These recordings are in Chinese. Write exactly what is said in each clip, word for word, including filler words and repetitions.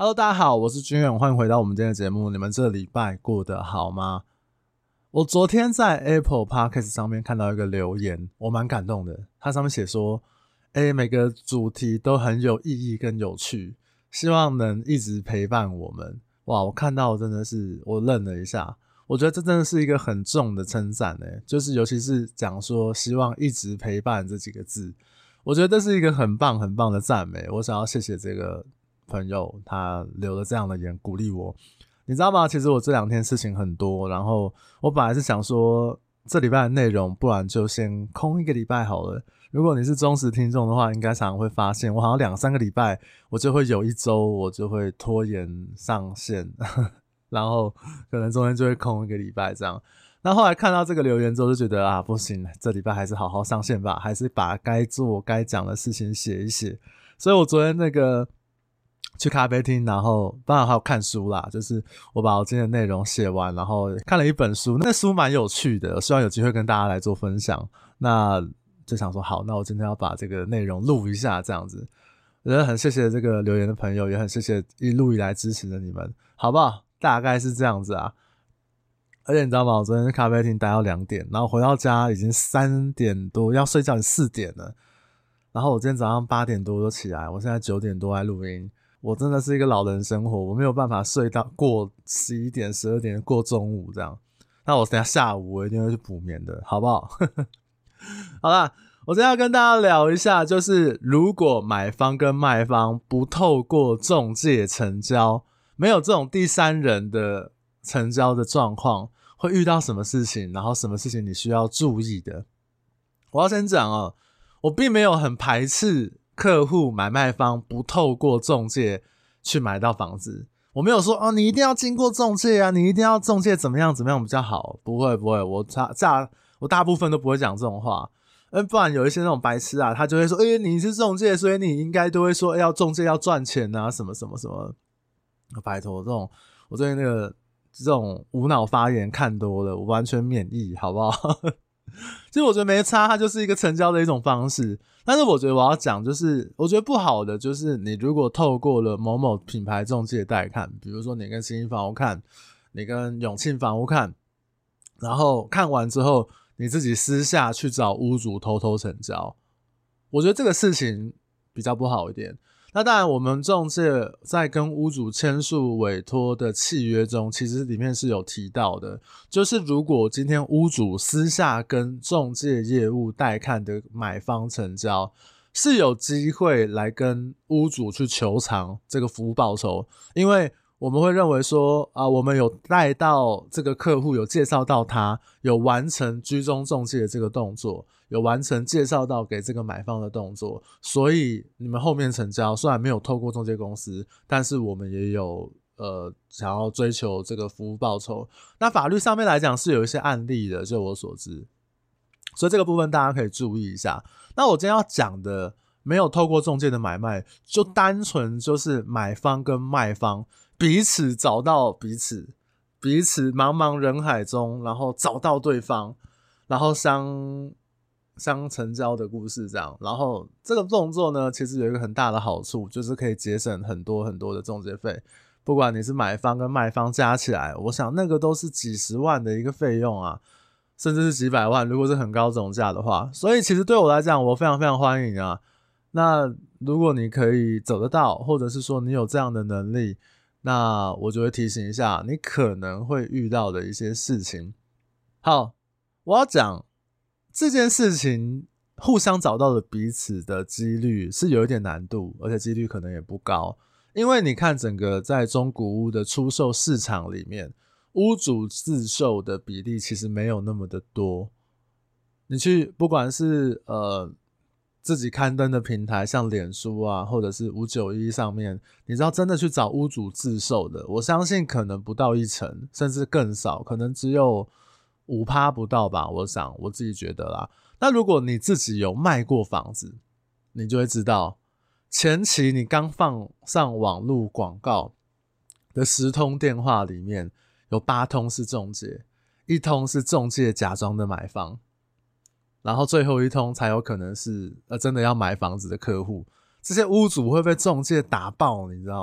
Hello， 大家好，我是君远，欢迎回到我们今天的节目。你们这礼拜过得好吗？我昨天在 Apple Podcast 上面看到一个留言，我蛮感动的。它上面写说，诶，每个主题都很有意义跟有趣，希望能一直陪伴我们。哇，我看到真的是我愣了一下，我觉得这真的是一个很重的称赞诶，就是尤其是讲说希望一直陪伴这几个字，我觉得这是一个很棒很棒的赞美。我想要谢谢这个朋友，他留了这样的言鼓励我。你知道吗？其实我这两天事情很多，然后我本来是想说这礼拜的内容不然就先空一个礼拜好了。如果你是忠实听众的话，应该常常会发现我好像两三个礼拜我就会有一周我就会拖延上线然后可能中间就会空一个礼拜这样。那后来看到这个留言之后就觉得啊，不行，这礼拜还是好好上线吧，还是把该做该讲的事情写一写。所以我昨天那个去咖啡厅，然后当然还有看书啦，就是我把我今天的内容写完，然后看了一本书，那书蛮有趣的，希望有机会跟大家来做分享。那就想说好，那我今天要把这个内容录一下这样子。我觉得很谢谢这个留言的朋友，也很谢谢一路以来支持的你们，好不好？大概是这样子啊。而且你知道吗？我昨天去咖啡厅待到两点，然后回到家已经三点多，要睡觉四点了。然后我今天早上八点多就起来，我现在九点多来录音。我真的是一个老人生活，我没有办法睡到过十一点、十二点过中午这样。那我等一下下午我一定会去补眠的，好不好？好啦，我今天要跟大家聊一下，就是如果买方跟卖方不透过中介成交，没有这种第三人的成交的状况，会遇到什么事情，然后什么事情你需要注意的。我要先讲哦，我并没有很排斥客户买卖方不透过中介去买到房子，我没有说哦，你一定要经过中介啊，你一定要中介怎么样怎么样比较好，不会不会，我大我大部分都不会讲这种话，呃，不然有一些那种白痴啊，他就会说，诶、欸，你是中介，所以你应该都会说，欸、要中介要赚钱啊，什么什么什么，拜托，这种我对那个这种无脑发言看多了，我完全免疫，好不好？其实我觉得没差，它就是一个成交的一种方式。但是我觉得我要讲就是，我觉得不好的就是你如果透过了某某品牌中介带看，比如说你跟新兴房屋看，你跟永庆房屋看，然后看完之后你自己私下去找屋主偷偷成交，我觉得这个事情比较不好一点。那当然我们中介在跟屋主签署委托的契约中，其实里面是有提到的，就是如果今天屋主私下跟中介业务带看的买方成交，是有机会来跟屋主去求偿这个服务报酬，因为我们会认为说啊、呃，我们有带到这个客户，有介绍到他，有完成居中中介的这个动作，有完成介绍到给这个买方的动作，所以你们后面成交虽然没有透过中介公司，但是我们也有呃想要追求这个服务报酬。那法律上面来讲是有一些案例的，就我所知，所以这个部分大家可以注意一下。那我今天要讲的没有透过中介的买卖，就单纯就是买方跟卖方彼此找到彼此，彼此茫茫人海中，然后找到对方，然后相相成交的故事这样。然后这个动作呢，其实有一个很大的好处，就是可以节省很多很多的中介费。不管你是买方跟卖方加起来，我想那个都是几十万的一个费用啊，甚至是几百万，如果是很高总价的话。所以其实对我来讲，我非常非常欢迎啊。那如果你可以走得到，或者是说你有这样的能力，那我就会提醒一下你可能会遇到的一些事情。好，我要讲这件事情互相找到的彼此的几率是有一点难度，而且几率可能也不高。因为你看整个在中古屋的出售市场里面，屋主自售的比例其实没有那么的多。你去不管是呃自己刊登的平台，像脸书啊，或者是五九一上面，你知道真的去找屋主自售的，我相信可能不到一成，甚至更少，可能只有 百分之五 不到吧，我想我自己觉得啦。那如果你自己有卖过房子，你就会知道，前期你刚放上网络广告的十通电话里面，有八通是中介，一通是中介假装的买方，然后最后一通才有可能是呃真的要买房子的客户。这些屋主会被中介打爆，你知道？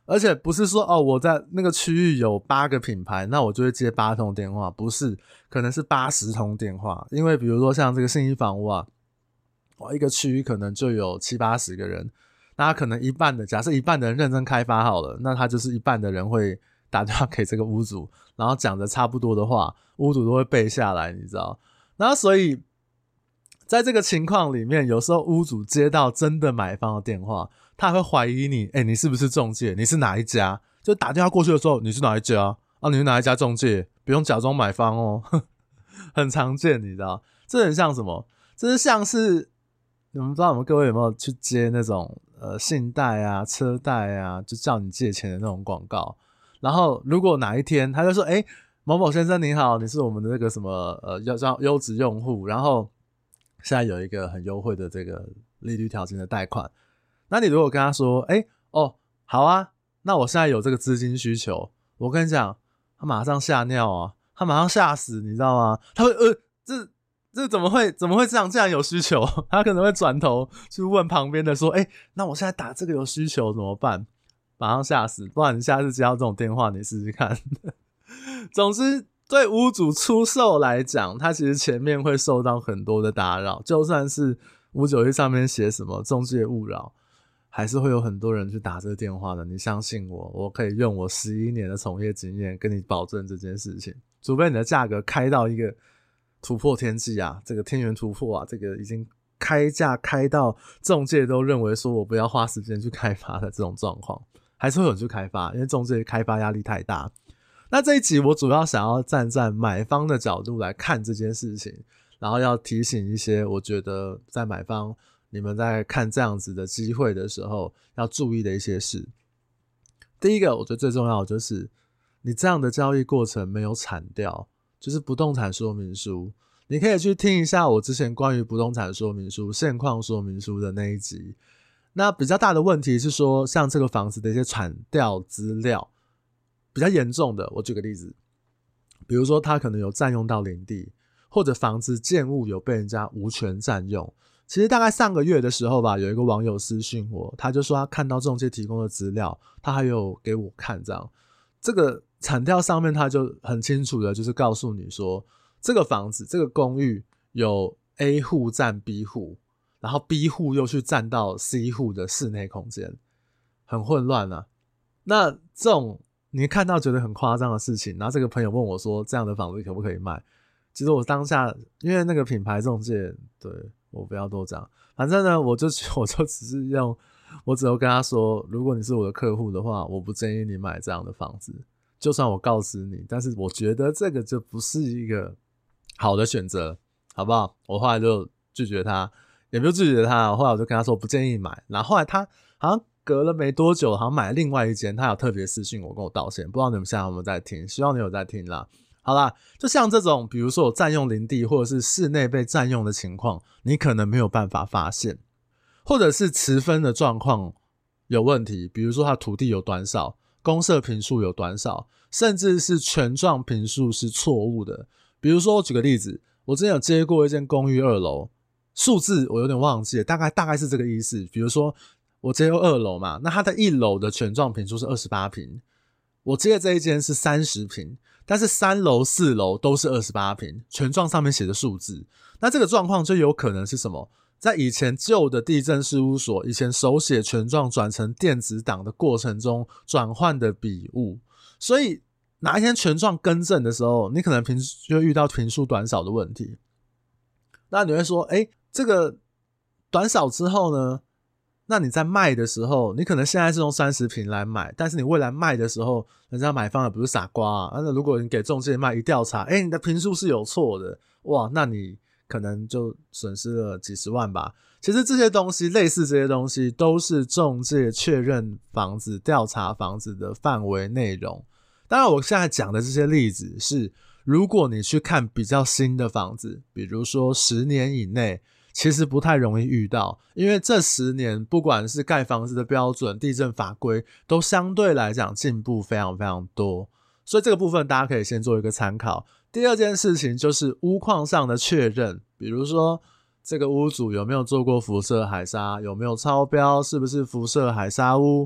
而且不是说哦，我在那个区域有八个品牌，那我就会接八通电话，不是，可能是八十通电话。因为比如说像这个信义房屋啊，哇，一个区域可能就有七八十个人，那他可能一半的，假设一半的人认真开发好了，那他就是一半的人会打电话给这个屋主，然后讲的差不多的话，屋主都会背下来，你知道？然后所以在这个情况里面，有时候屋主接到真的买方的电话，他还会怀疑你，哎、欸，你是不是仲介？你是哪一家？就打电话过去的时候，你是哪一家？啊，你是哪一家仲介？不用假装买方哦，很常见，你知道？这很像什么？这是像是你们不知道，我们各位有没有去接那种呃信贷啊、车贷啊，就叫你借钱的那种广告？然后如果哪一天他就说，哎、欸，某某先生你好，你是我们的那个什么呃优优质用户，然后现在有一个很优惠的这个利率条件的贷款。那你如果跟他说，哎、欸，哦，好啊，那我现在有这个资金需求，我跟你讲，他马上吓尿啊，他马上吓死，你知道吗？他会呃，这这怎么会怎么会这样？竟然有需求，他可能会转头去问旁边的说，哎、欸，那我现在打这个有需求怎么办？马上吓死，不然你下次接到这种电话，你试试看。总之，对屋主出售来讲，他其实前面会受到很多的打扰，就算是五九一上面写什么中介勿扰，还是会有很多人去打这个电话的。你相信我，我可以用我十一年的从业经验跟你保证这件事情。除非你的价格开到一个突破天际啊，这个天元突破啊，这个已经开价开到中介都认为说我不要花时间去开发的这种状况，还是会有人去开发，因为中介开发压力太大。那这一集我主要想要站在买方的角度来看这件事情，然后要提醒一些我觉得在买方你们在看这样子的机会的时候要注意的一些事。第一个我觉得最重要的就是你这样的交易过程没有产调，就是不动产说明书，你可以去听一下我之前关于不动产说明书现况说明书的那一集。那比较大的问题是说像这个房子的一些产调资料比较严重的，我举个例子，比如说他可能有占用到林地，或者房子建物有被人家无权占用。其实大概上个月的时候吧，有一个网友私讯我，他就说他看到仲介提供的资料，他还有给我看这样。这个产调上面他就很清楚的就是告诉你说，这个房子这个公寓有 A 户占 B 户，然后 B 户又去占到 C 户的室内空间，很混乱啊。那这种你看到觉得很夸张的事情，然后这个朋友问我说这样的房子可不可以卖，其实我当下因为那个品牌仲介，对，我不要多讲，反正呢我就我就只是用我只有跟他说，如果你是我的客户的话，我不建议你买这样的房子，就算我告知你，但是我觉得这个就不是一个好的选择，好不好？我后来就拒绝他，也不是拒绝他，后来我就跟他说我不建议买。然后后来他好像隔了没多久，好像买了另外一间，他有特别私讯我跟我道歉，不知道你们现在有没有在听，希望你有在听啦。好啦，就像这种比如说有占用林地或者是室内被占用的情况，你可能没有办法发现，或者是持分的状况有问题，比如说他土地有短少，公设坪数有短少，甚至是权状坪数是错误的。比如说我举个例子，我之前有接过一间公寓二楼，数字我有点忘记了，大概大概是这个意思。比如说我接过二楼嘛，那它的一楼的权状坪数是二十八坪，我接的这一间是三十坪，但是三楼四楼都是二十八坪，权状上面写的数字。那这个状况就有可能是什么？在以前旧的地政事务所以前手写权状转成电子档的过程中转换的笔误，所以哪一天权状更正的时候，你可能平就会遇到坪数短少的问题。那你会说，诶，这个短少之后呢，那你在卖的时候，你可能现在是用三十坪来买，但是你未来卖的时候，人家买方也不是傻瓜啊。那如果你给仲介卖一调查，诶，你的坪数是有错的，哇，那你可能就损失了几十万吧。其实这些东西，类似这些东西，都是仲介确认房子、调查房子的范围内容。当然，我现在讲的这些例子是，如果你去看比较新的房子，比如说十年以内，其实不太容易遇到，因为这十年不管是盖房子的标准、地政法规，都相对来讲进步非常非常多。所以这个部分大家可以先做一个参考。第二件事情就是屋况上的确认，比如说这个屋主有没有做过辐射海砂，有没有超标，是不是辐射海砂屋，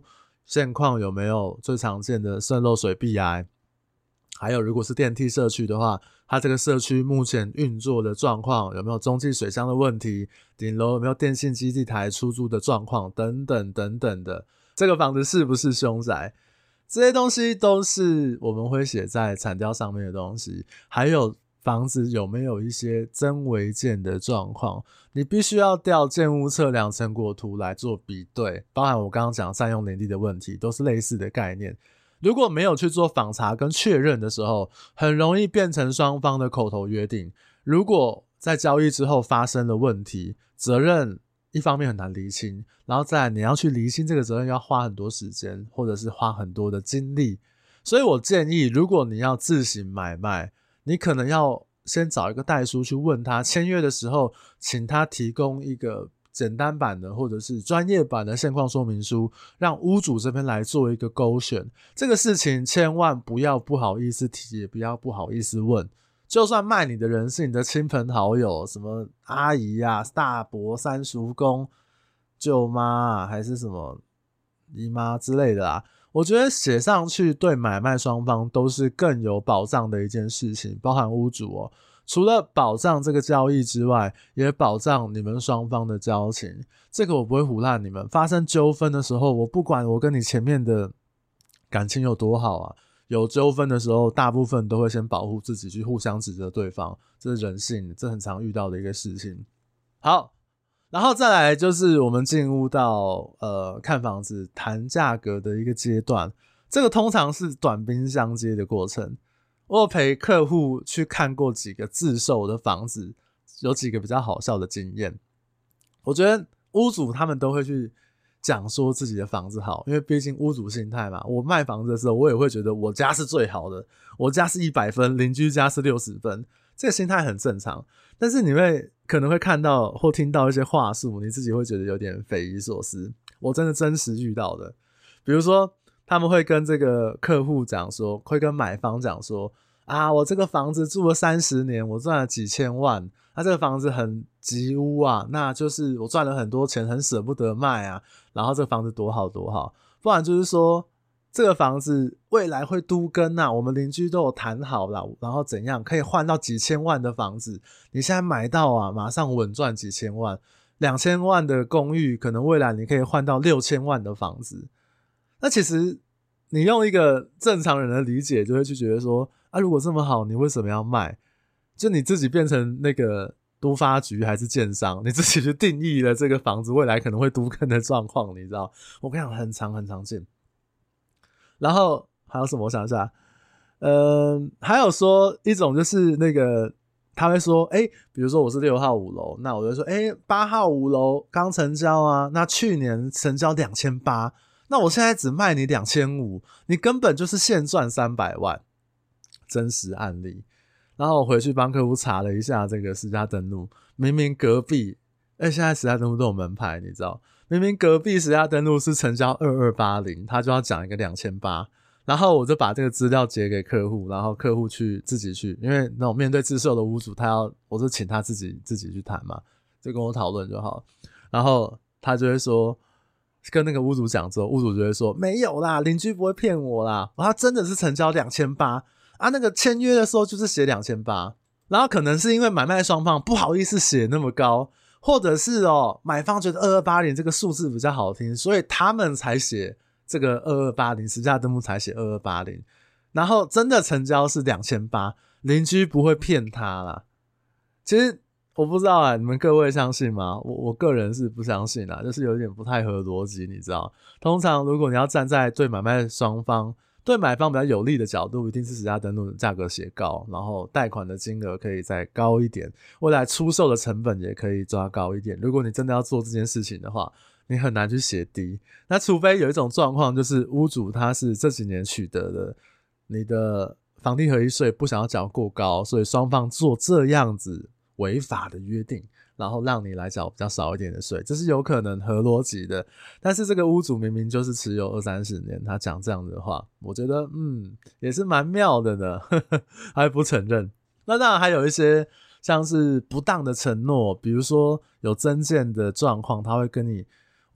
现况有没有最常见的渗漏水壁癌，还有如果是电梯社区的话，它这个社区目前运作的状况，有没有中继水箱的问题，顶楼有没有电信基地台出租的状况等等等等的，这个房子是不是凶宅，这些东西都是我们会写在产调上面的东西。还有房子有没有一些增违建的状况，你必须要调建物测量成果图来做比对，包含我刚刚讲占用林地的问题，都是类似的概念。如果没有去做访查跟确认的时候，很容易变成双方的口头约定。如果在交易之后发生了问题，责任一方面很难厘清，然后再来你要去厘清这个责任要花很多时间，或者是花很多的精力。所以我建议，如果你要自行买卖，你可能要先找一个代书去问他，签约的时候请他提供一个简单版的或者是专业版的现况说明书，让屋主这边来做一个勾选。这个事情千万不要不好意思提，也不要不好意思问。就算卖你的人是你的亲朋好友，什么阿姨啊、大伯、三叔公、舅妈啊，还是什么姨妈之类的啊，我觉得写上去对买卖双方都是更有保障的一件事情，包含屋主哦。除了保障这个交易之外，也保障你们双方的交情。这个我不会唬烂你们，发生纠纷的时候，我不管我跟你前面的感情有多好啊，有纠纷的时候大部分都会先保护自己，去互相指责对方，这是人性，这很常遇到的一个事情。好，然后再来就是我们进入到呃看房子谈价格的一个阶段，这个通常是短兵相接的过程。我有陪客户去看过几个自售的房子，有几个比较好笑的经验。我觉得屋主他们都会去讲说自己的房子好，因为毕竟屋主心态嘛。我卖房子的时候，我也会觉得我家是最好的，我家是一百分，邻居家是六十分，这个心态很正常。但是你会可能会看到或听到一些话术，你自己会觉得有点匪夷所思。我真的真实遇到的，比如说他们会跟这个客户讲说，会跟买方讲说啊，我这个房子住了三十年，我赚了几千万，那、啊、这个房子很吉屋啊，那就是我赚了很多钱，很舍不得卖啊，然后这个房子多好多好。不然就是说这个房子未来会都更啊，我们邻居都有谈好了，然后怎样可以换到几千万的房子，你现在买到啊，马上稳赚几千万，两千万的公寓可能未来你可以换到六千万的房子。那其实你用一个正常人的理解就会去觉得说啊，如果这么好你为什么要卖，就你自己变成那个都发局还是建商，你自己去定义了这个房子未来可能会都更的状况，你知道我跟你讲很常很常见。然后还有什么我想一下，呃，还有说一种就是那个他会说诶比如说我是六号五楼，那我就说诶八号五楼刚成交啊，那去年成交两千八百，那我现在只卖你两千五百，你根本就是现赚三百万，真实案例。然后我回去帮客户查了一下这个实价登录，明明隔壁诶现在实价登录都有门牌，你知道明明隔壁实价登录是成交二二八零，他就要讲一个两千八百，然后我就把这个资料截给客户，然后客户去自己去，因为那种面对自售的屋主，他要我就请他自己自己去谈嘛，就跟我讨论就好。然后他就会说跟那个屋主讲之后，屋主就会说没有啦，邻居不会骗我啦，他真的是成交两千八百啊，那个签约的时候就是写两千八百，然后可能是因为买卖双方不好意思写那么高，或者是哦买方觉得二二八零这个数字比较好听，所以他们才写这个二二八零，实价登录才写二二八零，然后真的成交是两千八百，邻居不会骗他啦。其实我不知道啊，你们各位相信吗？我我个人是不相信啦，就是有点不太合逻辑，你知道。通常如果你要站在对买卖双方对买方比较有利的角度，一定是实价登录的价格写高，然后贷款的金额可以再高一点，未来出售的成本也可以抓高一点。如果你真的要做这件事情的话，你很难去写低。那除非有一种状况，就是屋主他是这几年取得的你的房地合一税不想要缴过高，所以双方做这样子违法的约定，然后让你来缴比较少一点的税，这是有可能合逻辑的。但是这个屋主明明就是持有二三十年，他讲这样的话，我觉得嗯也是蛮妙的呢，呵呵，还不承认。那当然还有一些像是不当的承诺，比如说有增建的状况，他会跟你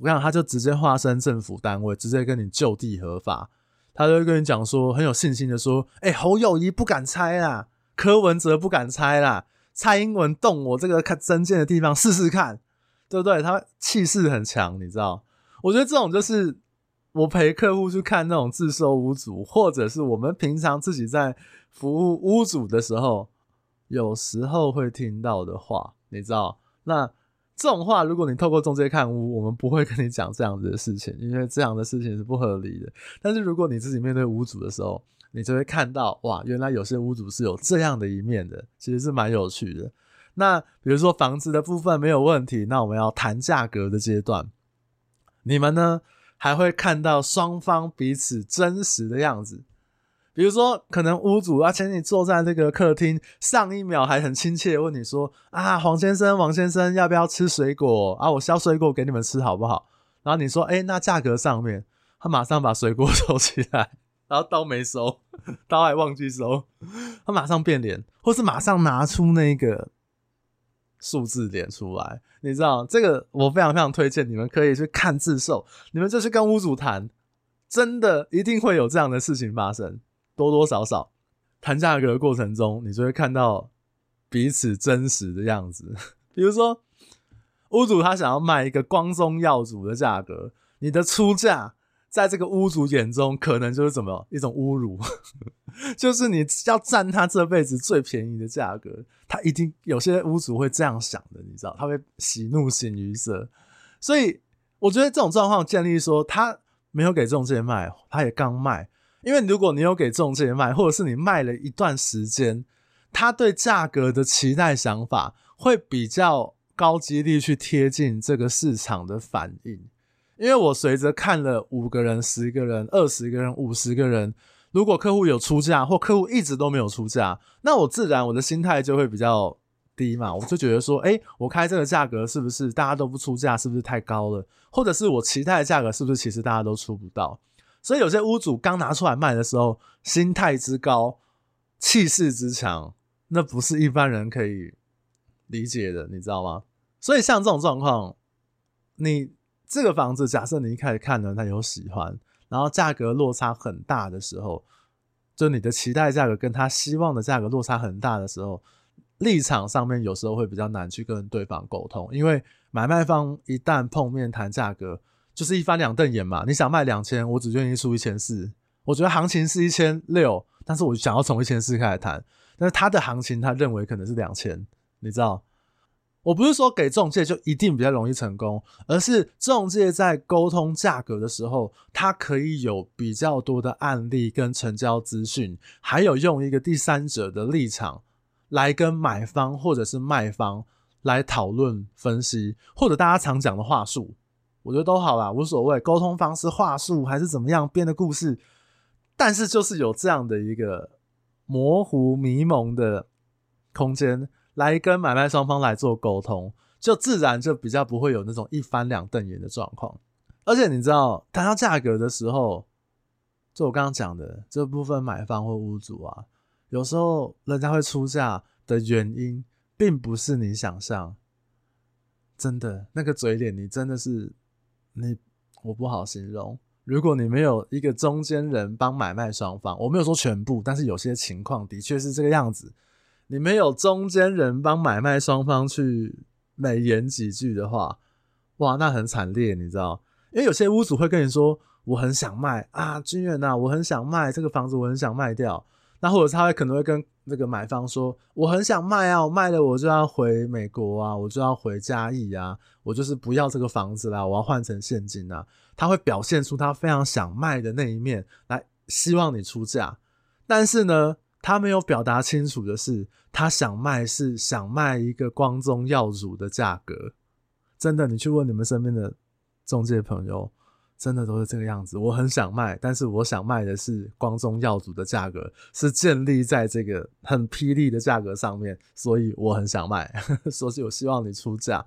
我跟你讲，他就直接化身政府单位，直接跟你就地合法。他就会跟你讲说，很有信心的说：“哎、欸，侯友宜不敢拆啦，柯文哲不敢拆啦，蔡英文动我这个看针尖的地方试试看，对不对？”他气势很强，你知道？我觉得这种就是我陪客户去看那种自售屋主，或者是我们平常自己在服务屋主的时候，有时候会听到的话，你知道？那这种话，如果你透过中介看屋，我们不会跟你讲这样子的事情，因为这样的事情是不合理的。但是如果你自己面对屋主的时候，你就会看到，哇，原来有些屋主是有这样的一面的，其实是蛮有趣的。那比如说房子的部分没有问题，那我们要谈价格的阶段，你们呢还会看到双方彼此真实的样子。比如说可能屋主要请你坐在这个客厅，上一秒还很亲切问你说啊，黄先生王先生要不要吃水果啊，我削水果给你们吃好不好？然后你说诶、欸、那价格上面，他马上把水果收起来，然后刀没收，刀还忘记收，他马上变脸，或是马上拿出那个数字脸出来。你知道这个我非常非常推荐你们可以去看自售，你们就去跟屋主谈，真的一定会有这样的事情发生。多多少少谈价格的过程中，你就会看到彼此真实的样子。比如说屋主他想要卖一个光宗耀祖的价格，你的出价在这个屋主眼中可能就是怎么一种侮辱就是你要占他这辈子最便宜的价格，他一定有些屋主会这样想的，你知道，他会喜怒形于色。所以我觉得这种状况建立说他没有给中介卖，他也刚卖，因为如果你有给中介卖，或者是你卖了一段时间，他对价格的期待想法会比较高几率去贴近这个市场的反应。因为我随着看了五个人、十个人、二十个人、五十个人，如果客户有出价，或客户一直都没有出价，那我自然我的心态就会比较低嘛，我就觉得说，哎，我开这个价格是不是大家都不出价，是不是太高了？或者是我期待的价格是不是其实大家都出不到？所以有些屋主刚拿出来卖的时候，心态之高，气势之强，那不是一般人可以理解的，你知道吗？所以像这种状况，你这个房子假设你一开始看了他有喜欢，然后价格落差很大的时候，就你的期待价格跟他希望的价格落差很大的时候，立场上面有时候会比较难去跟对方沟通，因为买卖方一旦碰面谈价格，就是一翻两瞪眼嘛。你想卖两千，我只愿意出一千四，我觉得行情是一千六，但是我想要从一千四开始谈，但是他的行情他认为可能是两千，你知道。我不是说给仲介就一定比较容易成功，而是仲介在沟通价格的时候，他可以有比较多的案例跟成交资讯，还有用一个第三者的立场来跟买方或者是卖方来讨论分析，或者大家常讲的话术，我觉得都好啦，无所谓，沟通方式话术还是怎么样编的故事，但是就是有这样的一个模糊迷蒙的空间来跟买卖双方来做沟通，就自然就比较不会有那种一翻两瞪眼的状况。而且你知道谈到价格的时候，就我刚刚讲的这部分买方或屋主啊，有时候人家会出价的原因并不是你想象，真的那个嘴脸你真的是你我不好形容。如果你没有一个中间人帮买卖双方，我没有说全部，但是有些情况的确是这个样子，你没有中间人帮买卖双方去美言几句的话，哇，那很惨烈，你知道？因为有些屋主会跟你说，我很想卖啊，君远啊，我很想卖这个房子，我很想卖掉。那或者是他会可能会跟那个买方说，我很想卖啊，我卖了我就要回美国啊，我就要回嘉义啊，我就是不要这个房子啦，我要换成现金啊。他会表现出他非常想卖的那一面，来希望你出价。但是呢，他没有表达清楚的是，他想卖是想卖一个光宗耀祖的价格。真的，你去问你们身边的仲介朋友，真的都是这个样子。我很想卖，但是我想卖的是光宗耀祖的价格，是建立在这个很霹雳的价格上面，所以我很想卖，所以我希望你出价。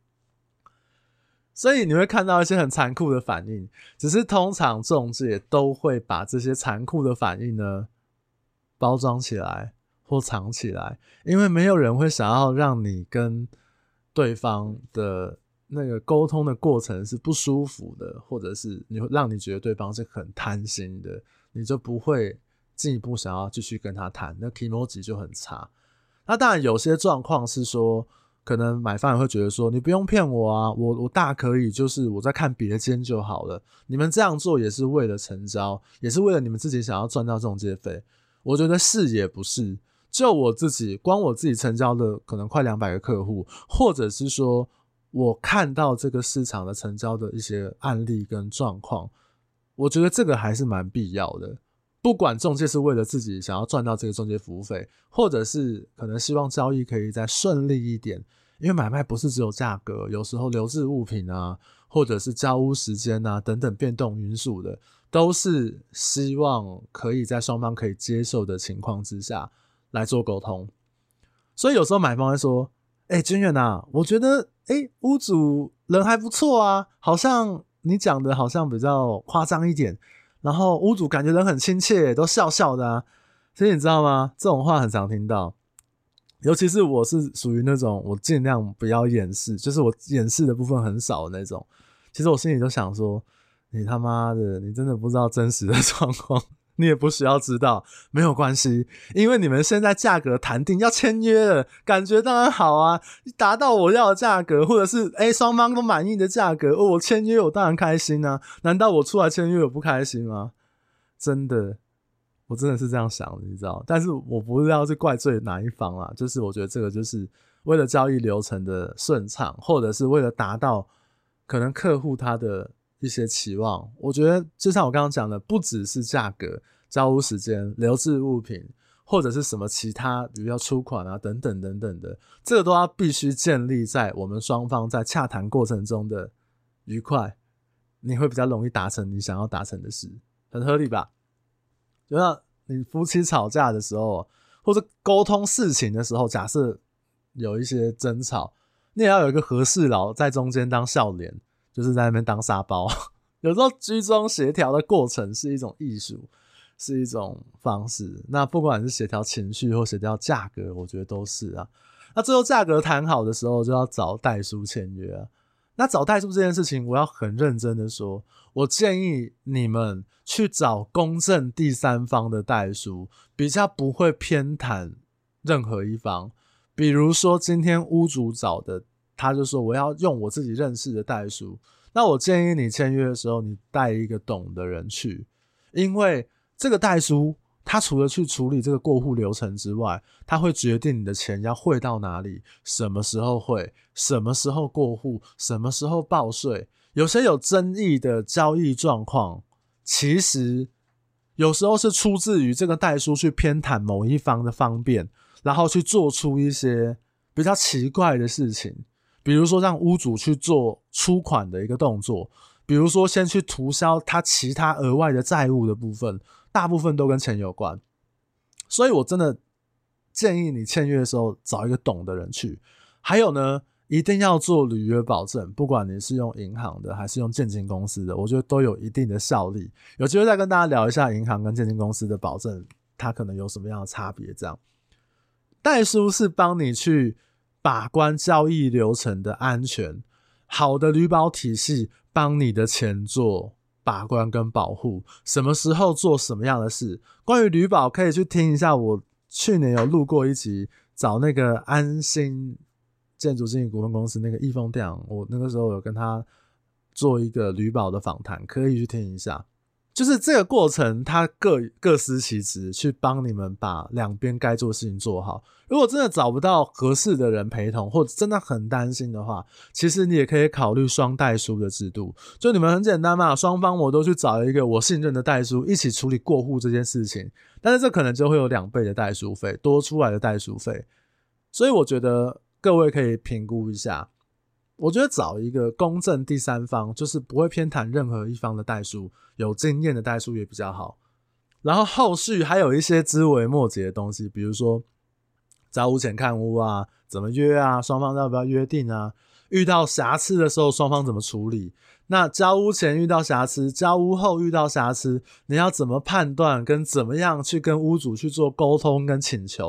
所以你会看到一些很残酷的反应，只是通常仲介都会把这些残酷的反应呢包装起来或藏起来，因为没有人会想要让你跟对方的那个沟通的过程是不舒服的，或者是你会让你觉得对方是很贪心的，你就不会进一步想要继续跟他谈，那 kimoji 就很差。那当然有些状况是说，可能买方也会觉得说，你不用骗我啊，我我大可以就是我在看别间就好了，你们这样做也是为了成交，也是为了你们自己想要赚到中介费。我觉得是也不是，就我自己光我自己成交的可能快两百个客户，或者是说我看到这个市场的成交的一些案例跟状况，我觉得这个还是蛮必要的。不管中介是为了自己想要赚到这个中介服务费，或者是可能希望交易可以再顺利一点，因为买卖不是只有价格，有时候留置物品啊，或者是交屋时间啊等等变动因素的，都是希望可以在双方可以接受的情况之下来做沟通。所以有时候买方会说，欸君远啊，我觉得欸屋主人还不错啊，好像你讲的好像比较夸张一点，然后屋主感觉人很亲切，都笑笑的啊。其实你知道吗，这种话很常听到，尤其是我是属于那种我尽量不要掩饰，就是我掩饰的部分很少的那种。其实我心里就想说，你他妈的，你真的不知道真实的状况，你也不需要知道，没有关系，因为你们现在价格谈定要签约了，感觉当然好啊，达到我要的价格，或者是诶双方都满意的价格，哦，我签约我当然开心啊，难道我出来签约我不开心吗？真的，我真的是这样想的，你知道，但是我不知道是怪罪哪一方啦，就是我觉得这个就是为了交易流程的顺畅，或者是为了达到可能客户他的一些期望，我觉得就像我刚刚讲的，不只是价格、交屋时间、留置物品，或者是什么其他，比如要出款啊等等等等的，这个都要必须建立在我们双方在洽谈过程中的愉快，你会比较容易达成你想要达成的事，很合理吧？就像你夫妻吵架的时候，或者沟通事情的时候，假设有一些争吵，你也要有一个和事佬在中间当笑脸，就是在那边当沙包。有时候居中协调的过程是一种艺术，是一种方式。那不管是协调情绪或协调价格，我觉得都是啊。那最后价格谈好的时候，就要找代书签约啊。那找代书这件事情，我要很认真的说，我建议你们去找公正第三方的代书，比较不会偏袒任何一方。比如说今天屋主找的，他就说我要用我自己认识的代书，那我建议你签约的时候，你带一个懂的人去，因为这个代书他除了去处理这个过户流程之外，他会决定你的钱要汇到哪里，什么时候汇，什么时候过户，什么时候报税。有些有争议的交易状况，其实有时候是出自于这个代书去偏袒某一方的方便，然后去做出一些比较奇怪的事情，比如说让屋主去做出款的一个动作，比如说先去涂销他其他额外的债务的部分，大部分都跟钱有关。所以我真的建议你签约的时候找一个懂的人去。还有呢，一定要做履约保证，不管你是用银行的还是用建金公司的，我觉得都有一定的效力。有机会再跟大家聊一下银行跟建金公司的保证，它可能有什么样的差别。这样，代书是帮你去把关交易流程的安全，好的履保体系帮你的钱做把关跟保护，什么时候做什么样的事。关于履保可以去听一下，我去年有录过一集，找那个安心建筑经纪股份公司那个易峰店长，我那个时候有跟他做一个履保的访谈，可以去听一下。就是这个过程他各各司其职，去帮你们把两边该做的事情做好。如果真的找不到合适的人陪同，或者真的很担心的话，其实你也可以考虑双代书的制度。就你们很简单嘛，双方我都去找一个我信任的代书，一起处理过户这件事情。但是这可能就会有两倍的代书费，多出来的代书费。所以我觉得各位可以评估一下，我觉得找一个公正第三方，就是不会偏袒任何一方的代书，有经验的代书也比较好。然后后续还有一些枝微末节的东西，比如说交屋前看屋啊，怎么约啊，双方要不要约定啊，遇到瑕疵的时候双方怎么处理，那交屋前遇到瑕疵，交屋后遇到瑕疵，你要怎么判断跟怎么样去跟屋主去做沟通跟请求，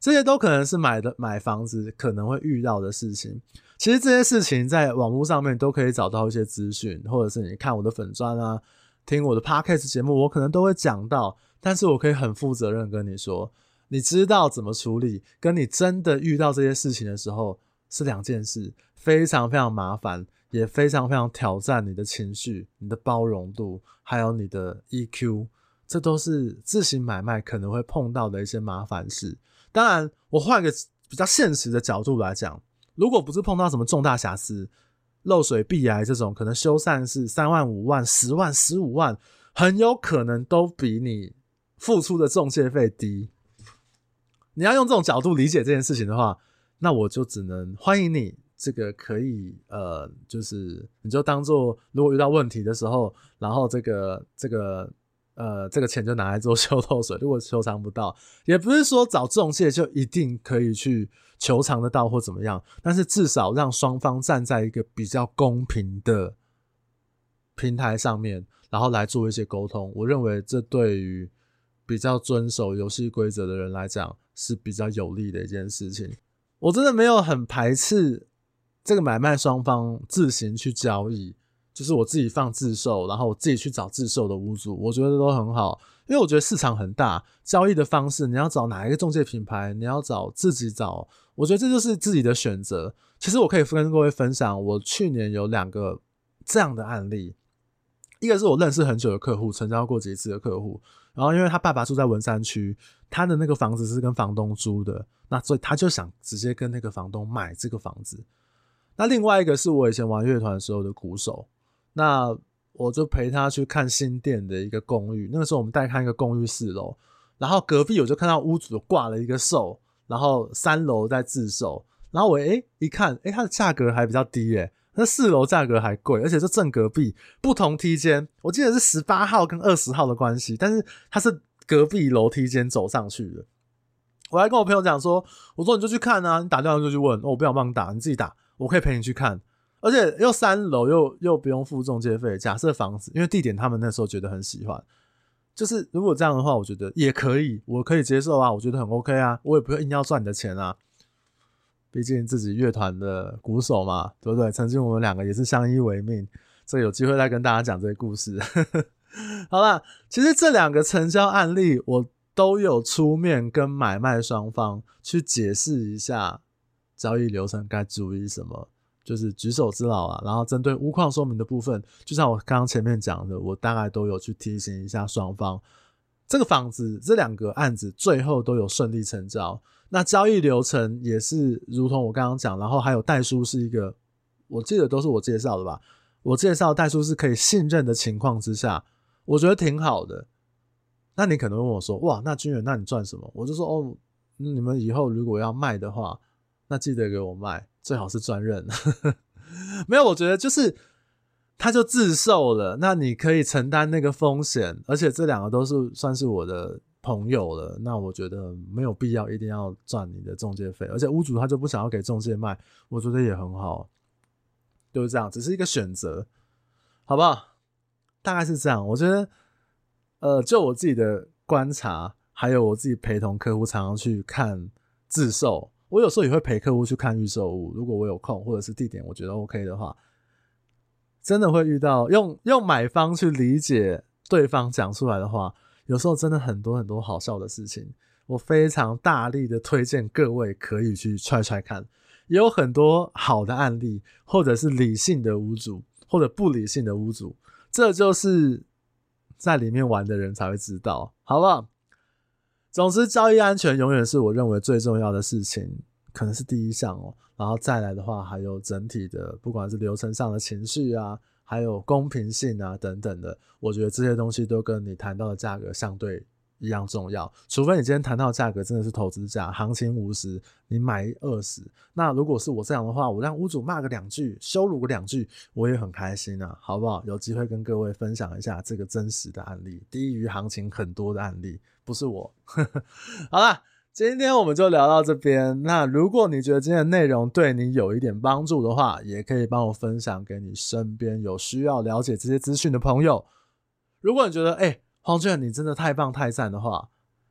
这些都可能是买的买房子可能会遇到的事情。其实这些事情在网络上面都可以找到一些资讯，或者是你看我的粉专啊，听我的 podcast 节目，我可能都会讲到。但是我可以很负责任跟你说，你知道怎么处理，跟你真的遇到这些事情的时候是两件事，非常非常麻烦，也非常非常挑战你的情绪、你的包容度，还有你的 E Q， 这都是自行买卖可能会碰到的一些麻烦事。当然，我换个比较现实的角度来讲，如果不是碰到什么重大瑕疵、漏水、壁癌这种，可能修缮是三万、五万、十万、十五万，很有可能都比你付出的中介费低。你要用这种角度理解这件事情的话，那我就只能欢迎你。这个可以呃，就是你就当做如果遇到问题的时候，然后这个这个呃这个钱就拿来做修漏水。如果修偿不到，也不是说找中介就一定可以去求偿得到或怎么样，但是至少让双方站在一个比较公平的平台上面，然后来做一些沟通。我认为这对于比较遵守游戏规则的人来讲是比较有利的一件事情。我真的没有很排斥这个买卖双方自行去交易，就是我自己放自售，然后我自己去找自售的屋主，我觉得都很好。因为我觉得市场很大，交易的方式你要找哪一个中介品牌，你要找自己找，我觉得这就是自己的选择。其实我可以跟各位分享，我去年有两个这样的案例，一个是我认识很久的客户，成交过几次的客户，然后因为他爸爸住在文山区，他的那个房子是跟房东租的，那所以他就想直接跟那个房东买这个房子。那另外一个是我以前玩乐团的时候的鼓手，那我就陪他去看新店的一个公寓，那个时候我们带看一个公寓四楼，然后隔壁我就看到屋主挂了一个售，然后三楼在自售，然后我诶一看，诶它的价格还比较低耶，那四楼价格还贵，而且是正隔壁不同梯间，我记得是十八号跟二十号的关系，但是它是隔壁楼梯间走上去的。我还跟我朋友讲说，我说你就去看啊，你打电话就去问，哦，我不想帮你打，你自己打，我可以陪你去看，而且又三楼又又不用付中介费。假设房子，因为地点他们那时候觉得很喜欢，就是如果这样的话，我觉得也可以，我可以接受啊，我觉得很 OK 啊，我也不会硬要赚你的钱啊，毕竟自己乐团的鼓手嘛，对不对？曾经我们两个也是相依为命，这个有机会再跟大家讲这个故事。好啦，其实这两个成交案例，我都有出面跟买卖双方去解释一下交易流程该注意什么，就是举手之劳啊。然后针对屋况说明的部分，就像我刚刚前面讲的，我大概都有去提醒一下双方。这个房子这两个案子最后都有顺利成交，那交易流程也是如同我刚刚讲，然后还有代书是一个，我记得都是我介绍的吧，我介绍代书是可以信任的情况之下，我觉得挺好的。那你可能问我说，哇，那军远，那你赚什么？我就说，哦，你们以后如果要卖的话，那记得给我卖，最好是专任。没有，我觉得就是他就自售了，那你可以承担那个风险，而且这两个都是算是我的朋友了，那我觉得没有必要一定要赚你的中介费，而且屋主他就不想要给中介卖，我觉得也很好，就是这样，只是一个选择，好不好？大概是这样，我觉得。呃，就我自己的观察，还有我自己陪同客户常常去看自售，我有时候也会陪客户去看预售屋，如果我有空或者是地点我觉得 OK 的话，真的会遇到用用买方去理解对方讲出来的话，有时候真的很多很多好笑的事情，我非常大力的推荐各位可以去踹踹看，也有很多好的案例，或者是理性的屋主或者不理性的屋主，这就是在里面玩的人才会知道，好不好？总之，交易安全永远是我认为最重要的事情，可能是第一项哦。然后再来的话，还有整体的，不管是流程上的情绪啊，还有公平性啊等等的，我觉得这些东西都跟你谈到的价格相对一样重要。除非你今天谈到的价格真的是投资价，行情五十，你买二十，那如果是我这样的话，我让屋主骂个两句，羞辱个两句，我也很开心啊，好不好？有机会跟各位分享一下这个真实的案例，低于行情很多的案例，不是我。好啦，今天我们就聊到这边。那如果你觉得今天的内容对你有一点帮助的话，也可以帮我分享给你身边有需要了解这些资讯的朋友。如果你觉得，哎、欸，黄俊你真的太棒太赞的话，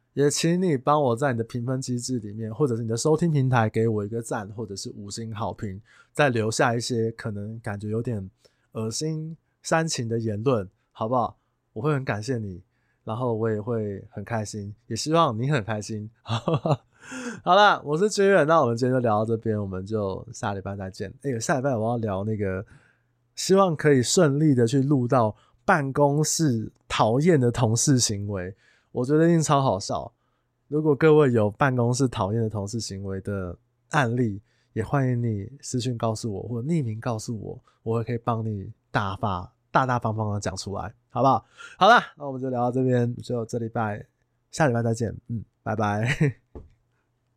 也请你帮我在你的评分机制里面，或者是你的收听平台给我一个赞，或者是五星好评，再留下一些可能感觉有点恶心煽情的言论，好不好？我会很感谢你，然后我也会很开心，也希望你很开心。好啦，我是君远，那我们今天就聊到这边，我们就下礼拜再见。哎、欸，下礼拜我要聊那个，希望可以顺利的去录到办公室讨厌的同事行为，我觉得一定超好笑。如果各位有办公室讨厌的同事行为的案例，也欢迎你私讯告诉我，或者匿名告诉我，我也可以帮你大发大大方方的讲出来，好不好？好啦，那我们就聊到这边，就这礼拜，下礼拜再见，嗯，拜拜。